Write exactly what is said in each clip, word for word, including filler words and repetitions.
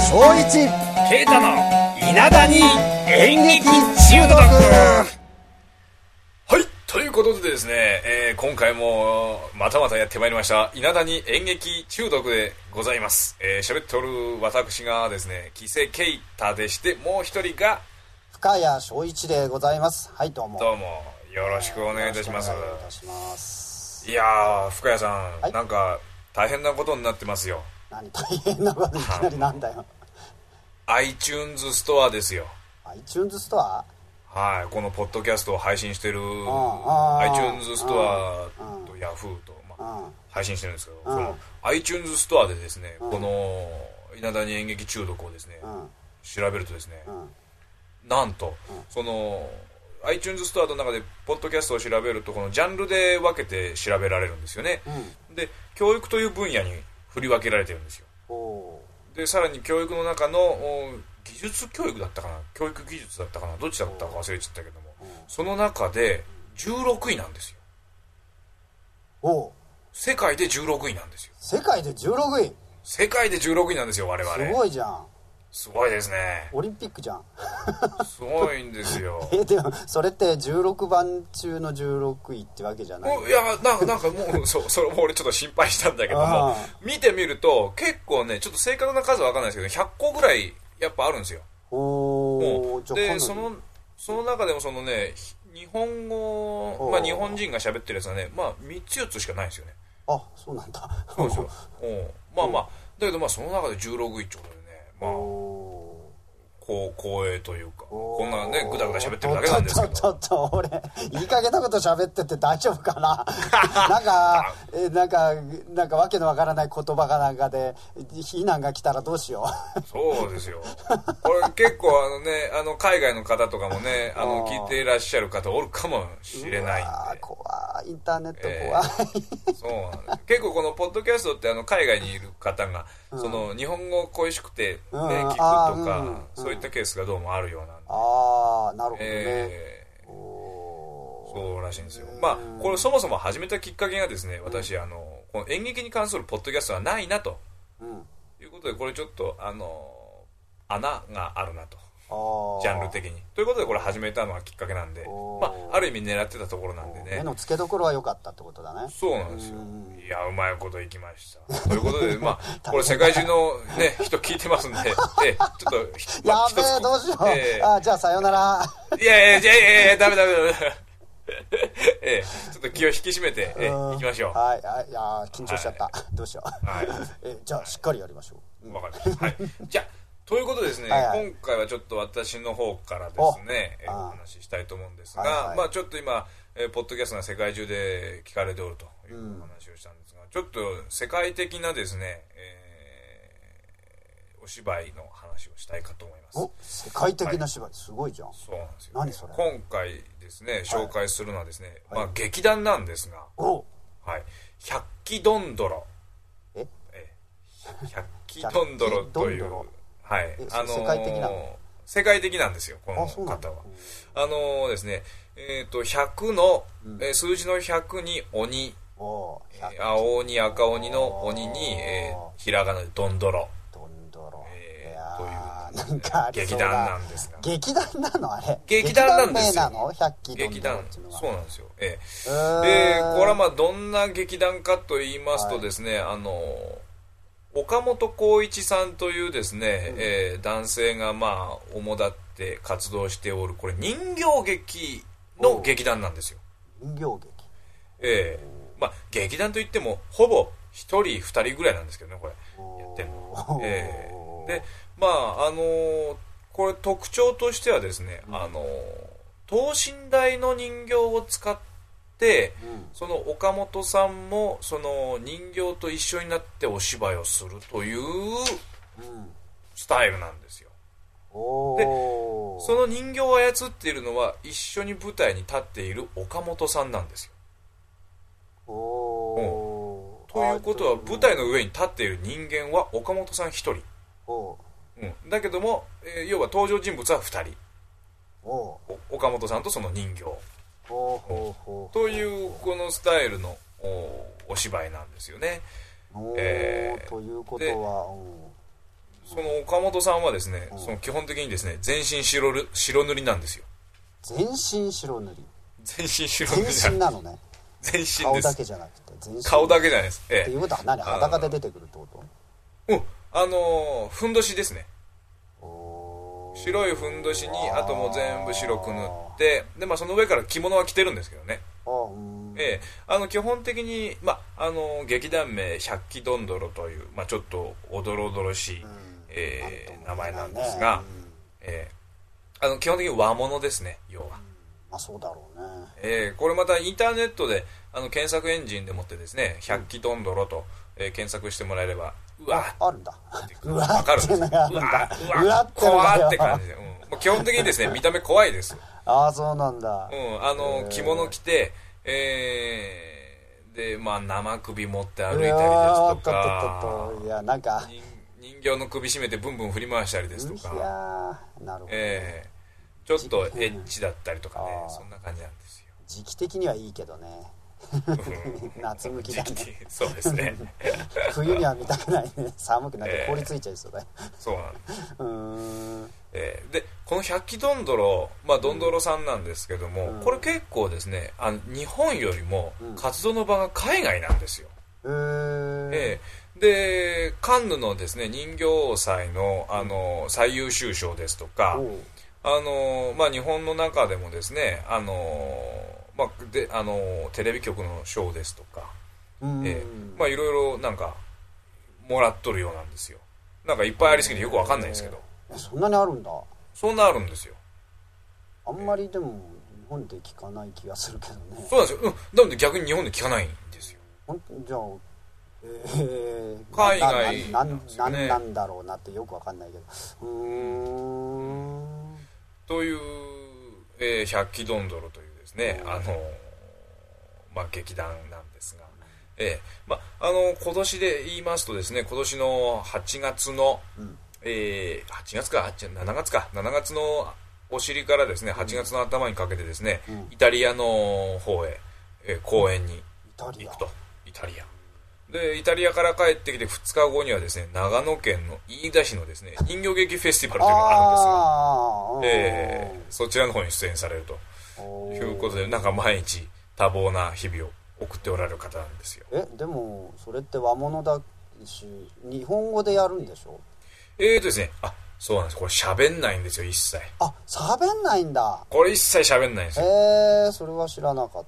翔一啓太の稲田に演劇中毒。はい、ということでですね、えー、今回もまたまたやってまいりました稲田に演劇中毒でございます。えー、喋っておる私がですね、木瀬啓太でして、もう一人が深谷翔一でございます。はい、どうもどうもよろしくお願いいたします。 よろしくお願いいたします。 いやー、深谷さん、はい、なんか大変なことになってますよ。 何大変なこといきなりなんだよ。 iTunes ストアですよ。 iTunes ストア。 はい、このポッドキャストを配信してる iTunes ストアと Yahoo と、まあ、配信してるんですけど、その iTunes ストアでですね、この稲田に演劇中毒をですね、調べるとですね、なんとその iTunes ストアの中でポッドキャストを調べると、このジャンルで分けて調べられるんですよね。で、教育という分野に振り分けられてるんですよ。で、さらに教育の中の技術教育だったかな、教育技術だったかな、どっちだったか忘れちゃったけども、その中でじゅうろくいなんですよ。お世界でじゅうろくいなんですよ。 世界でじゅうろくい。 世界でじゅうろくいなんですよ、我々。 すごいじゃん。 すごいですね。 オリンピックじゃん。 すごいんですよ。 えでもそれってじゅうろくばん中のじゅうろくいってわけじゃない？ いや、なんかなんかもうそそれも俺ちょっと心配したんだけども、見てみると結構ね、ちょっと正確な数は分かんないですけど、ひゃっこぐらいやっぱあるんですよ。おー、でそのその中でもそのね、日本語、まあ日本人が喋ってるやつはね、まあみっつよっつしかないんですよね。 あ、そうなんだ。 そうですよ。まあまあだけど、まあその中でじゅうろくいってことでね、まあこう光栄というか、こんなねぐだぐだ喋ってるだけなんですけど、 ちょっとちょっと俺いい加減なこと喋ってて大丈夫かな。なんかえなんかなんかわけのわからない言葉がなんかで非難が来たらどうしよう。 そうですよ。これ結構あのね、あの海外の方とかもね、あの聞いていらっしゃる方おるかもしれないんで。 怖い、インターネット怖い、 えー、そうなんです。結構このポッドキャストってあの海外にいる方が、うん、その日本語恋しくて、ね、うん、聞くとか、うん、そういったケースがどうもあるようなんで。 ああ、なるほどね。えー、 そうらしいんですよ。まあこれそもそも始めたきっかけがですね、私あのこの演劇に関するポッドキャストはないなと、うん、いうことで、これちょっとあの穴があるなと、ジャンル的にということでこれ始めたのがきっかけなんで、まあある意味狙ってたところなんでね。 目の付けどころは良かったってことだね。 そうなんですよ。いや、うまいこといきましたということで、まあこれ世界中のね人聞いてますんで、えちょっとやべえ、どうしよう、えー、あじゃあさよなら。 いやいや、じゃあいやいや、ダメダメダメええ、ちょっと気を引き締めて、えー、いきましょう。 はい、いや緊張しちゃった、はい、どうしよう、はい、えじゃあしっかりやりましょう。 わ、うん、かりました、はい、じゃあということでですね、はいはい、今回はちょっと私の方からですね、えー、お話ししたいと思うんですが、はいはい、まあちょっと今、えー、ポッドキャストが世界中で聞かれておるというお話をしたんですが、うん、ちょっと世界的なですね、えー、お芝居の話をしたいかと思います。 お、世界的な芝居、はい、すごいじゃん。 そうなんですよ、 何それ。 今回ですね紹介するのはですね、はい、まあ劇団なんですが、お、はい、百鬼どんどろ、ええ百鬼どんどろという、はい、あのー、世界的なの？世界的なんですよ、この方は。あのー、ですね、えっとひゃくの、うん、えー、数字のひゃくに鬼、えー、青鬼赤鬼の鬼に、えー、ひらがなでどんどろ、どんどろ、えー、というなんか劇団なんですが。 劇団なのあれ。 劇団なんですよ。 劇団名なの？百鬼どんどろ。 そうなんですよ。えー、えー、これはまあどんな劇団かと言いますとですね、はい、あの岡本浩一さんというですね、うん、えー、男性がまあ主だって活動しておる、これ人形劇の劇団なんですよ。 人形劇。 えー、まあ劇団といってもほぼひとりふたりぐらいなんですけどね、これやってるの。えー、でまああのー、これ特徴としてはですね、うん、あのー、等身大の人形を使ってで、うん、その岡本さんもその人形と一緒になってお芝居をするというスタイルなんですよ。うん、でその人形を操っているのは一緒に舞台に立っている岡本さんなんですよ。お、うん、ということは舞台の上に立っている人間は岡本さんひとり、うん、だけども、えー、要は登場人物はふたり、お岡本さんとその人形ほうほうほうというこのスタイルの お, お芝居なんですよね。 えー、ということはその岡本さんはですね、うん、その基本的にですね全身 白, 白塗りなんですよ。 全身白塗り。 全身白塗り。 全身なのね。 全身です。 顔だけじゃなくて全身。 顔だけじゃないです。 ええ、っていうことは何、裸で出てくるってこと？ うん、あのふんどしですね。白いふんどしにあともう全部白く塗ってで、まあ、その上から着物は着てるんですけどね。ええ、あの基本的に、まあ、あの劇団名百鬼どんどろという、まあ、ちょっとおどろおどろしい、えー、名前なんですが、えー、あの基本的に和物ですね、要は。 まあそうだろうね。 えー、これまたインターネットであの検索エンジンでもってですね百鬼どんどろと、えー、検索してもらえればうわあるんだ。 うわ分かるんですよ。うわうわ怖って感じで、うん、基本的にですね見た目怖いです。 ああそうなんだ。 うん、あの着物着て、えー、でまあ生首持って歩いたりですとか、 いやなんか人形の首絞めてブンブン振り回したりですとか、 いやなるほど、ね、 えー、ちょっとエッチだったりとかね、そんな感じなんですよ。 時期的にはいいけどね。夏向きだね。 そうですね。 冬には見たくないね。寒くなって凍りついちゃいそうだよ、 えー、そうなんです。 うーん、 えー、でこの百鬼どんどろ、まあどんどろさんなんですけども、うん、これ結構ですねあの日本よりも活動の場が海外なんですよ。 うん、 えー、でカンヌのですね人形祭のあの最優秀賞ですとか、うん、あのまあ日本の中でもですねあのまあ、であのテレビ局のショーですとか、えー、まあいろいろなんかもらっとるようなんですよ。なんかいっぱいありすぎてよくわかんないんですけど、 えー、そんなにあるんだ。 そんなあるんですよ。 あんまりでも日本で聞かない気がするけどね。 そうなんですよ、うん、なので逆に日本で聞かないんですよ。 じゃあ、えー、 海外なんですよね。なんなんだろうなってよくわかんないけど、うーんという、えー、百鬼どんどろというですね、あのまあ劇団なんですが、えー、まああの今年で言いますとですね、今年のはちがつの、うん、えー、はちがつかしちがつかしちがつのお尻からですねはちがつの頭にかけてですね、うん、イタリアの方へ、えー、公演に行くと。イタリアでイタリアから帰ってきてふつかごにはですね長野県の飯田市のですね人形劇フェスティバルというのがあるんですが、えー、そちらの方に出演されるということで、なんか毎日多忙な日々を送っておられる方なんですよ。 えでもそれって和物だし日本語でやるんでしょ？ えーとですねあそうなんです。これ喋んないんですよ、一切。 あ、喋んないんだ。 これ一切喋んないんですよ。 へえー、それは知らなかった。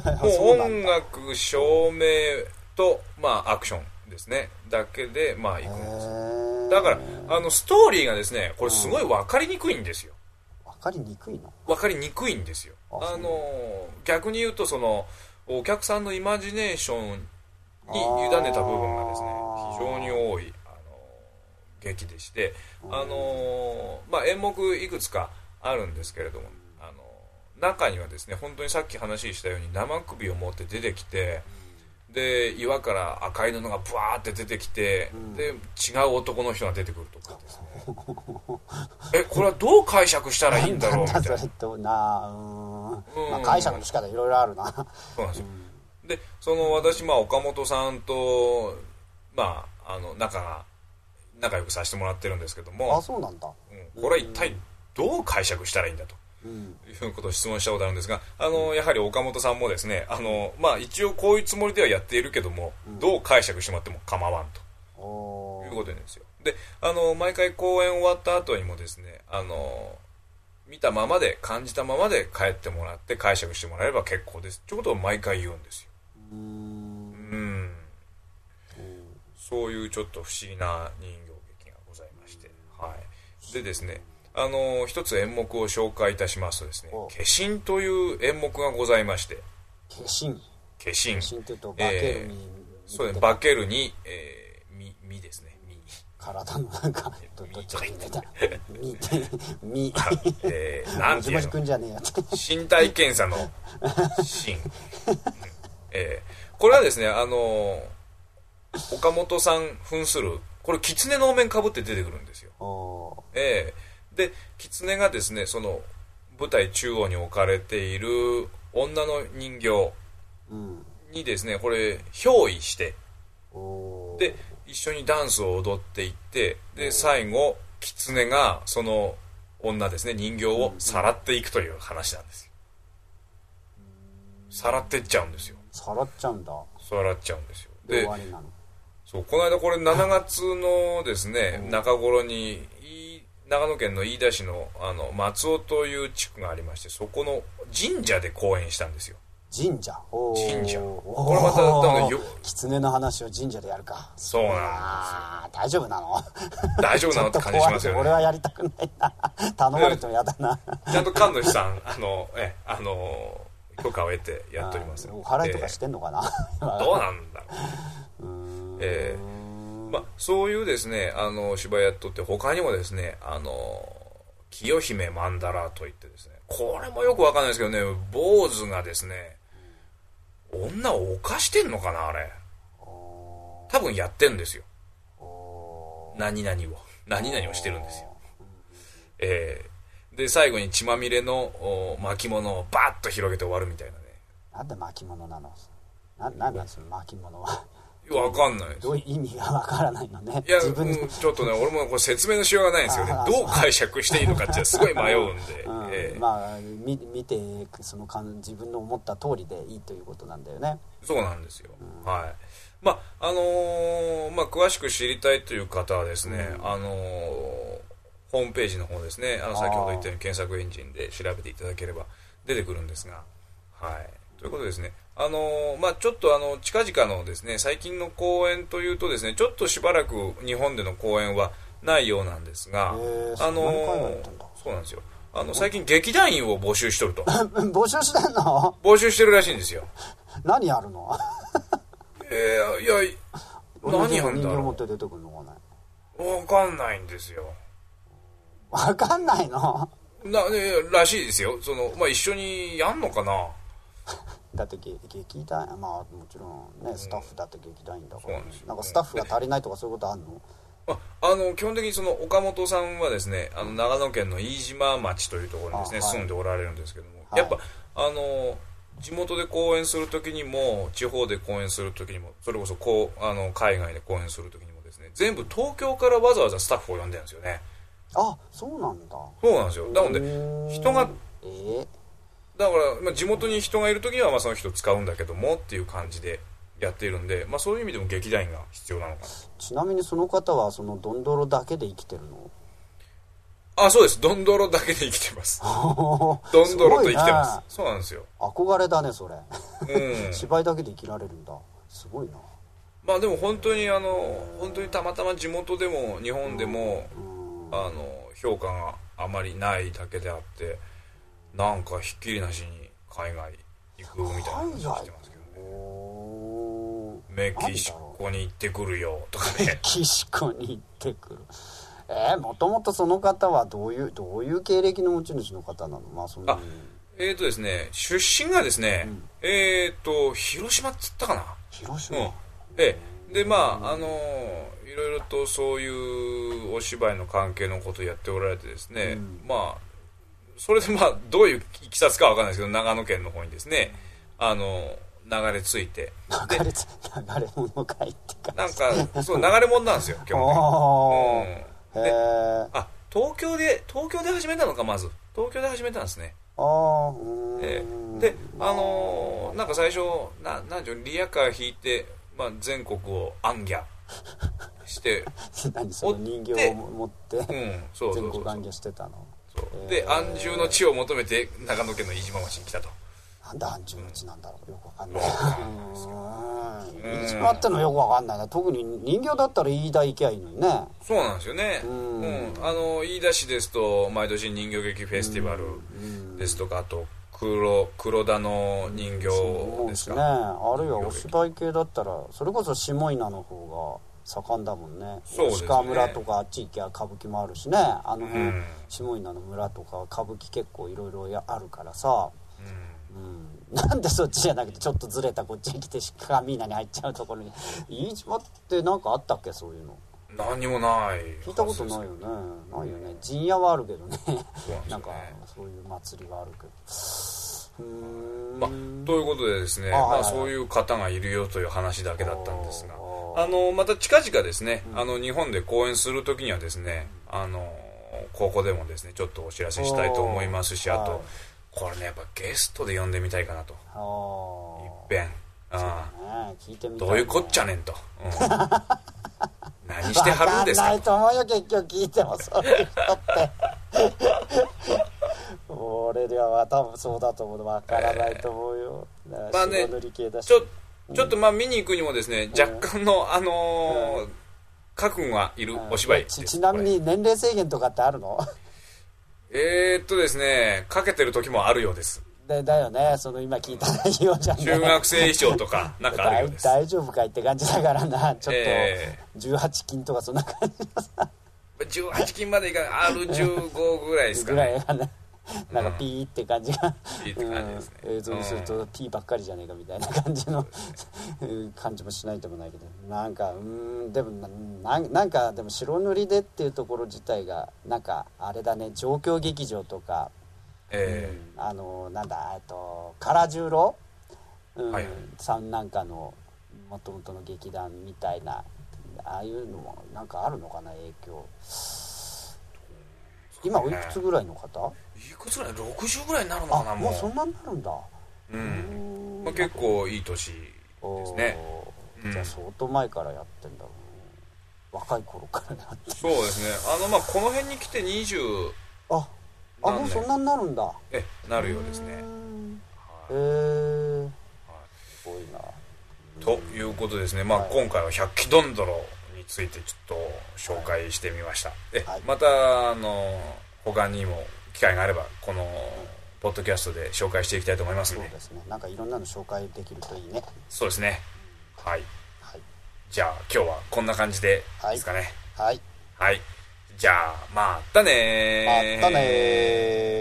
もう音楽、照明と、まあ、アクションですね。だけで、まあ、行くんですよ。だから、あの、ストーリーがですね、これすごい分かりにくいんですよ。 分かりにくいの？ 分かりにくいんですよ。あ, あの、逆に言うと、その、お客さんのイマジネーションに委ねた部分がですね、非常に多い。劇でして、あのーまあ、演目いくつかあるんですけれども、あのー、中にはですね本当にさっき話したように生首を持って出てきて、で岩から赤い布がブワーって出てきて、で違う男の人が出てくるとかですねえこれはどう解釈したらいいんだろうみたいな。 それとなうーん、まあ、解釈の仕方いろいろあるな。 そうなんですよ。でその私、まあ、岡本さんと、まあ、あの仲が仲良くさせてもらってるんですけども、 あ、そうなんだ、 うん、これは一体どう解釈したらいいんだと、うん、いうことを質問したことあるんですが、あのやはり岡本さんもですねあの、まあ、一応こういうつもりではやっているけども、うん、どう解釈してもらっても構わんということなんですよ。であの毎回公演終わった後にもですねあの見たままで感じたままで帰ってもらって解釈してもらえれば結構ですということを毎回言うんですよ。うーん、うん、そういうちょっと不思議な人形劇がございまして、はい、でですねあの一つ演目を紹介いたしますとですね化身という演目がございまして。 化身化身化身というと化けるに、えー、そうです化けるに、えー、身身ですね身体のなんかどっちかに出た身身えー、なんていうのもじもじくんじゃねえよ身体検査の身、うんえー、これはですねあの岡本さん扮するこれ狐のお面かぶって出てくるんですよ。えー、で狐がですねその舞台中央に置かれている女の人形にですねこれ憑依してで、 一緒にダンスを踊っていって、で最後狐がその女ですね、人形をさらっていくという話なんですよ。さらってっちゃうんですよ。 さらっちゃうんだ。 さらっちゃうんですよ。 で、終わりなの。 そう、この間これしちがつのですね、中頃に長野県の飯田市のあの松尾という地区がありまして、そこの神社で講演したんですよ。 神社。お神社。これまた多分よ狐の話を神社でやるか。 そうなんですよ。 大丈夫なの？ 大丈夫なのって感じしますよね。 俺はやりたくないな。頼まれてもやだな。 ちゃんと神主さんあのえあの許可を得てやっております。 お祓いとかしてんのかな。 えー、どうなんだろう。うえー、まあそういうですねあの芝居やっとって、他にもですねあの清姫曼荼羅といってですね、これもよくわかんないですけどね、坊主がですね、女を犯してんのかなあれ。多分やってんですよ。何々を何々をしてるんですよ。えー、で最後に血まみれの巻物をバッと広げて終わるみたいなね。 なんで巻物なの？ななんなんその巻物は。 わかんないです。 どういう意味がわからないのね。 いや、自分でちょっとね、俺もこれ説明のしようがないんですよね。どう解釈していいのかってすごい迷うんで。 うん、えー、まあ見見てその自分の思った通りでいいということなんだよね。 そうなんですよ。うん、はい。まああのー、まあ詳しく知りたいという方はですね、うん、あのー、ホームページの方ですね、あの先ほど言ったように検索エンジンで調べていただければ出てくるんですが、はい。ということですね。あのー、まあちょっとあの近々のですね最近の公演というとですね、ちょっとしばらく日本での公演はないようなんですが、あのー、そうなんですよ。あの最近劇団員を募集しとると。 募集してんの？ 募集してるらしいんですよ。 何やるの？ えー、いや何やるんだろう。人形持って出てくるのかね。わかんないんですよ。 わかんないの？ な、ね、らしいですよ。そのまあ一緒にやんのかな。 だって劇団、まあもちろんねスタッフだって劇団員だから、 うん、なんですよ。 なんかスタッフが足りないとかそういうことあるの？ あ, あの基本的にその岡本さんはですね、あの長野県の飯島町というところにですね、はい、住んでおられるんですけども、はい、やっぱあの地元で公演する時にも地方で公演する時にも、それこそこうあの海外で公演する時にもですね、全部東京からわざわざスタッフを呼んでるんですよね。 あ、そうなんだ。 そうなんですよ。なので人が、 えー、 だから、まあ、地元に人がいる時にはまあその人使うんだけどもっていう感じでやっているんで、まあ、そういう意味でも劇団員が必要なのかな。 ちなみにその方はそのドンドロだけで生きてるの？ あ、そうです。ドンドロだけで生きてますドンドロと生きてます。そうなんですよ。 憧れだねそれ、 うん、 芝居だけで生きられるんだ。すごいな。 まあでも本当にあの本当にたまたま地元でも日本でもあの評価があまりないだけであって、なんかひっきりなしに海外行くみたいな話をしてますけどね。メキシコに行ってくるよとかね。 メキシコに行ってくる。えー、もともとその方はどういうどういう経歴の持ち主の方なの？まあそんなに。あ、 えーとですね、出身がですね、うん、えーと広島っつったかな。 広島。 うん、えー、でまああのいろいろとそういうお芝居の関係のことをやっておられてですね、うん、まあそれでまあどういういきさつかは分かんないですけど、長野県の方にですね、あの流れ着いて、 流れつ流れ物かいって感じ。なんかそう流れ物なんですよ基本的に。うん、で、あ、東京で東京で始めたのか、まず東京で始めたんですね。 ああ、うん、 えー、であのー、なんか最初ななんていうリヤカー引いて、まあ、全国をアンギャして何その人形を持って、うん、 そうそうそうそう全国アンギャしてたの。 で安住の地を求めて長野県の飯島町に来たと。 なんで安住の地なんだろう、よくわかんない。飯島ってのよくわかんないな。特に人形だったら飯田行きゃいいのにね。 そうなんですよね。うん、うん、あの飯田市ですと毎年人形劇フェスティバルですとか、あと黒黒田の人形ですか、ね、 あるいはお芝居系だったらそれこそ下稲の方が盛んだもんね。 そうですね。 鹿村とかあっち行きゃ歌舞伎もあるしね。あの辺、うん、下稲の村とか歌舞伎結構いろいろあるからさ、うんうん、なんでそっちじゃなくてちょっとずれたこっちに来て鹿みんなに入っちゃうところに飯島ってなんかあったっけ、そういうの。 何にもない。 聞いたことないよね。ないよね。陣屋はあるけどね。なんかそういう祭りはあるけど。うーん、 まあ、ということでですね、まあ、そういう方がいるよという話だけだったんですが、 あのまた近々ですね、うん、あの日本で公演する時にはですね、あのここでもですねちょっとお知らせしたいと思いますし、あと、はい、これねやっぱゲストで呼んでみたいかなといっぺん、ああ、ね、聞いてみたいね、どういうこっちゃねんと、うん、何してはるんですか。 分かんないと思うよ結局聞いてもそういう人って俺には多分そうだと思うの分からないと思うよ、えー、まあねちょちょっとまあ見に行くにもですね、うん、若干のあのーうん、覚悟がいるお芝居です、 うん、ち, ちなみに年齢制限とかってあるの？ えーっとですねかけてる時もあるようです。 でだよね、その今聞いた内容じゃんね、 中学生衣装とかなんかあるようです大丈夫かいって感じだからな、ちょっとじゅうはち金とかそんな感じのさじゅうはち金までいかない アールじゅうご ぐらいですかねぐらいがね、 なんかピーって感じが、 ピーって感じですね、 うん、映像にするとピーばっかりじゃねえかみたいな感じの感じもしないでもないけど、なんかうんでも な, なんかでも白塗りでっていうところ自体がなんかあれだね、状況劇場とか、えーうん、あのなんだえっと唐十郎、うんはい、さんなんかのもともとの劇団みたいなああいうのもなんかあるのかな影響。今おいくつぐらいの方？ いくつぐらい？ろくじゅうぐらいになるのかな。 あ、もうそんなになるんだ。 うん、まあ、結構いい年ですね。 じゃあ相当前からやってんだろう、うん、若い頃からやってそうですね。あのまあこの辺に来てにじゅうああもうそんなになるんだ。 えなるようですね。へえー、はい、すごいな。 ということですね、まあ、はい、今回は百鬼ドンドロについてちょっと紹介してみました、はい、え、はい、またあの他にも機会があればこのポッドキャストで紹介していきたいと思いますので、 そうですね、なんかいろんなの紹介できるといいね。 そうですね、はい、はい、じゃあ今日はこんな感じでですかね。 はい、 はい、はい、じゃあまたねーまたねー